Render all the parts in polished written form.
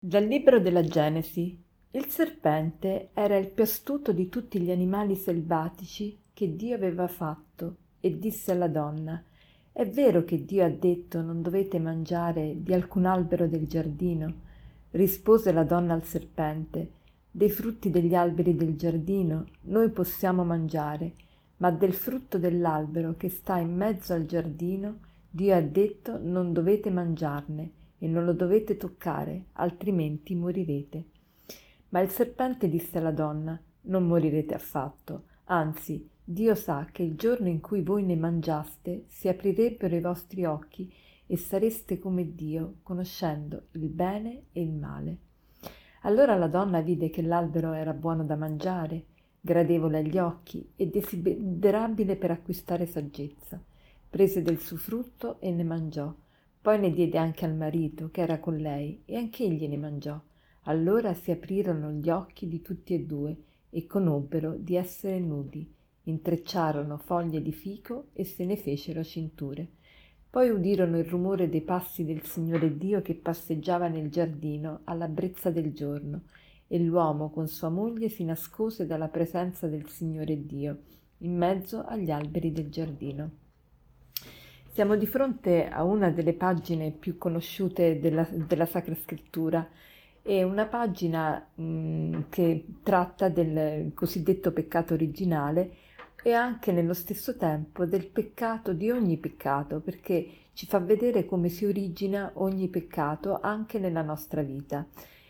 Dal libro della Genesi. Il serpente era il più astuto di tutti gli animali selvatici che Dio aveva fatto e disse alla donna: «È vero che Dio ha detto non dovete mangiare di alcun albero del giardino?» Rispose la donna al serpente: «Dei frutti degli alberi del giardino noi possiamo mangiare, ma del frutto dell'albero che sta in mezzo al giardino Dio ha detto non dovete mangiarne e non lo dovete toccare, altrimenti morirete». Ma il serpente disse alla donna: «Non morirete affatto, anzi, Dio sa che il giorno in cui voi ne mangiaste si aprirebbero i vostri occhi e sareste come Dio, conoscendo il bene e il male». Allora la donna vide che l'albero era buono da mangiare, gradevole agli occhi e desiderabile per acquistare saggezza. Prese del suo frutto e ne mangiò. Poi ne diede anche al marito, che era con lei, e anch'egli ne mangiò. Allora si aprirono gli occhi di tutti e due e conobbero di essere nudi. Intrecciarono foglie di fico e se ne fecero cinture. Poi udirono il rumore dei passi del Signore Dio che passeggiava nel giardino alla brezza del giorno, e l'uomo con sua moglie si nascose dalla presenza del Signore Dio, in mezzo agli alberi del giardino. Siamo di fronte a una delle pagine più conosciute della Sacra Scrittura. È una pagina che tratta del cosiddetto peccato originale e anche nello stesso tempo del peccato, di ogni peccato, perché ci fa vedere come si origina ogni peccato anche nella nostra vita.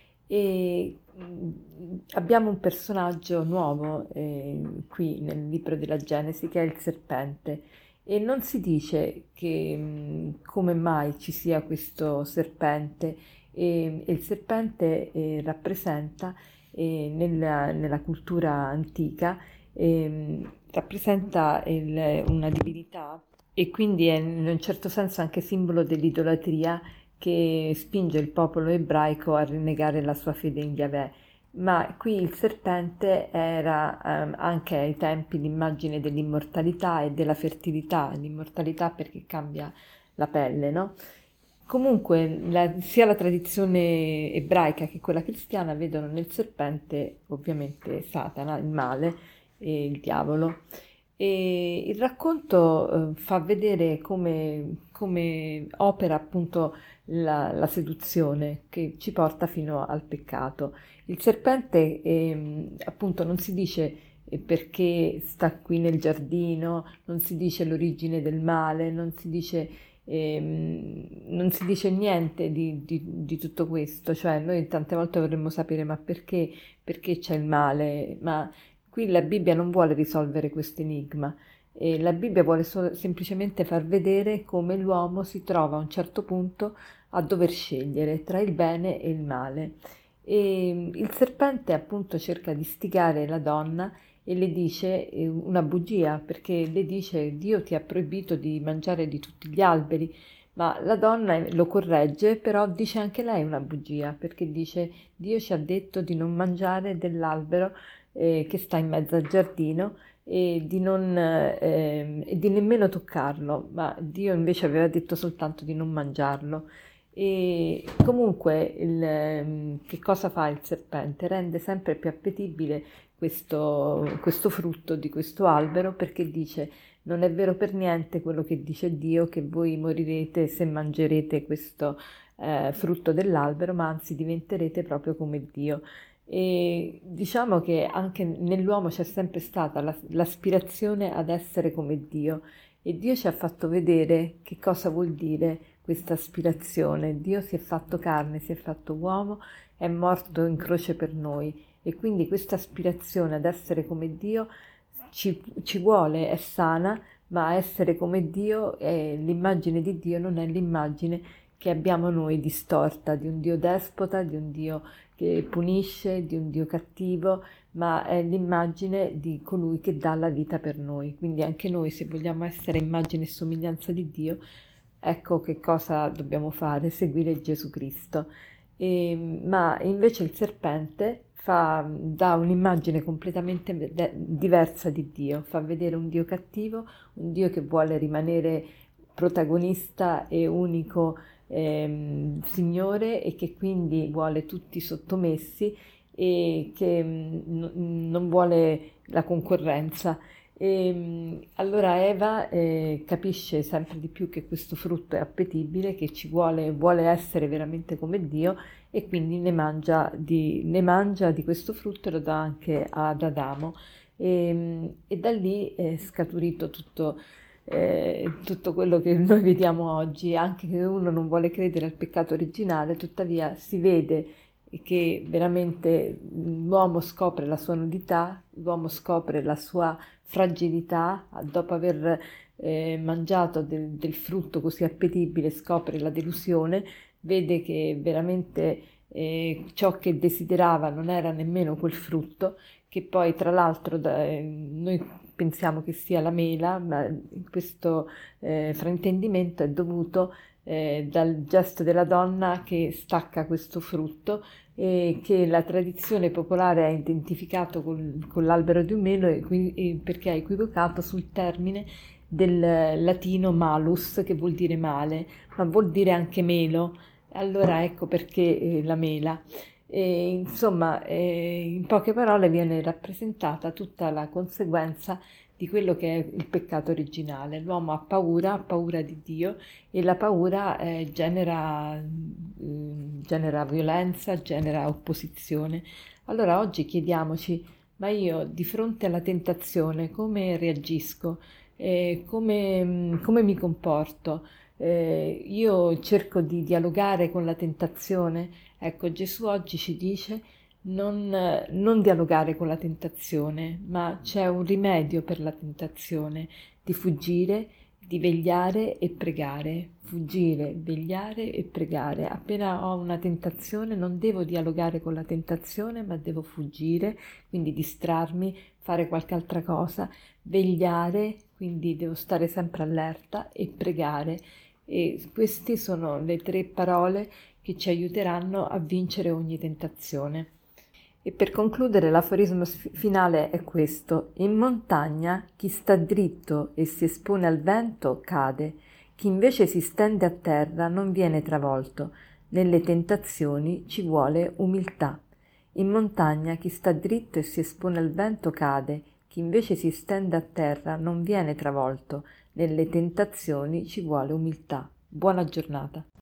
E abbiamo un personaggio nuovo qui nel libro della Genesi, che è il serpente, e non si dice che come mai ci sia questo serpente, e il serpente rappresenta nella cultura antica, rappresenta una divinità, e quindi è in un certo senso anche simbolo dell'idolatria che spinge il popolo ebraico a rinnegare la sua fede in Yahweh. Ma qui il serpente era anche ai tempi l'immagine dell'immortalità e della fertilità, l'immortalità perché cambia la pelle, no? Comunque sia la tradizione ebraica che quella cristiana vedono nel serpente ovviamente Satana, il male e il diavolo. E il racconto fa vedere come opera appunto la seduzione che ci porta fino al peccato. Il serpente appunto non si dice perché sta qui nel giardino, non si dice l'origine del male, non si dice niente di tutto questo, cioè noi tante volte vorremmo sapere ma perché c'è il male, ma qui la Bibbia non vuole risolvere questo enigma. E la Bibbia vuole semplicemente far vedere come l'uomo si trova a un certo punto a dover scegliere tra il bene e il male. E il serpente appunto cerca di istigare la donna e le dice una bugia, perché le dice: Dio ti ha proibito di mangiare di tutti gli alberi, ma la donna lo corregge, però dice anche lei una bugia, perché dice: Dio ci ha detto di non mangiare dell'albero che sta in mezzo al giardino e e di nemmeno toccarlo, ma Dio invece aveva detto soltanto di non mangiarlo. E comunque che cosa fa il serpente? Rende sempre più appetibile questo frutto di questo albero, perché dice: non è vero per niente quello che dice Dio, che voi morirete se mangerete questo frutto dell'albero, ma anzi diventerete proprio come Dio. E diciamo che anche nell'uomo c'è sempre stata l'aspirazione ad essere come Dio, e Dio ci ha fatto vedere che cosa vuol dire questa aspirazione. Dio si è fatto carne, si è fatto uomo, è morto in croce per noi, e quindi questa aspirazione ad essere come Dio ci vuole, è sana, ma essere come Dio, l'immagine di Dio non è l'immagine che abbiamo noi distorta, di un Dio despota, di un Dio che punisce, di un Dio cattivo, ma è l'immagine di colui che dà la vita per noi. Quindi anche noi, se vogliamo essere immagine e somiglianza di Dio, ecco che cosa dobbiamo fare: seguire Gesù Cristo. Ma invece il serpente dà un'immagine completamente diversa di Dio, fa vedere un Dio cattivo, un Dio che vuole rimanere protagonista e unico signore e che quindi vuole tutti sottomessi e che non vuole la concorrenza. Allora Eva capisce sempre di più che questo frutto è appetibile, che vuole essere veramente come Dio e quindi ne mangia di questo frutto e lo dà anche ad Adamo. E da lì è scaturito tutto quello che noi vediamo oggi, anche che uno non vuole credere al peccato originale, tuttavia si vede che veramente l'uomo scopre la sua nudità, l'uomo scopre la sua fragilità, dopo aver mangiato del frutto così appetibile, scopre la delusione, vede che veramente ciò che desiderava non era nemmeno quel frutto, che poi tra l'altro noi pensiamo che sia la mela, ma questo fraintendimento è dovuto dal gesto della donna che stacca questo frutto e che la tradizione popolare ha identificato con l'albero di un melo perché ha equivocato sul termine del latino malus, che vuol dire male, ma vuol dire anche melo. Allora ecco perché la mela. Insomma, in poche parole viene rappresentata tutta la conseguenza di quello che è il peccato originale. L'uomo ha paura di Dio e la paura genera violenza, genera opposizione. Allora oggi chiediamoci, ma io di fronte alla tentazione come reagisco? Come mi comporto? Io cerco di dialogare con la tentazione. Ecco, Gesù oggi ci dice non dialogare con la tentazione, ma c'è un rimedio per la tentazione, di fuggire, di vegliare e pregare. Fuggire, vegliare e pregare. Appena ho una tentazione non devo dialogare con la tentazione, ma devo fuggire, quindi distrarmi, fare qualche altra cosa, vegliare, quindi devo stare sempre allerta e pregare. E queste sono le 3 parole che ci aiuteranno a vincere ogni tentazione. E per concludere l'aforismo finale è questo: in montagna chi sta dritto e si espone al vento cade, chi invece si stende a terra non viene travolto, nelle tentazioni ci vuole umiltà. In montagna chi sta dritto e si espone al vento cade, chi invece si stende a terra non viene travolto, nelle tentazioni ci vuole umiltà. Buona giornata.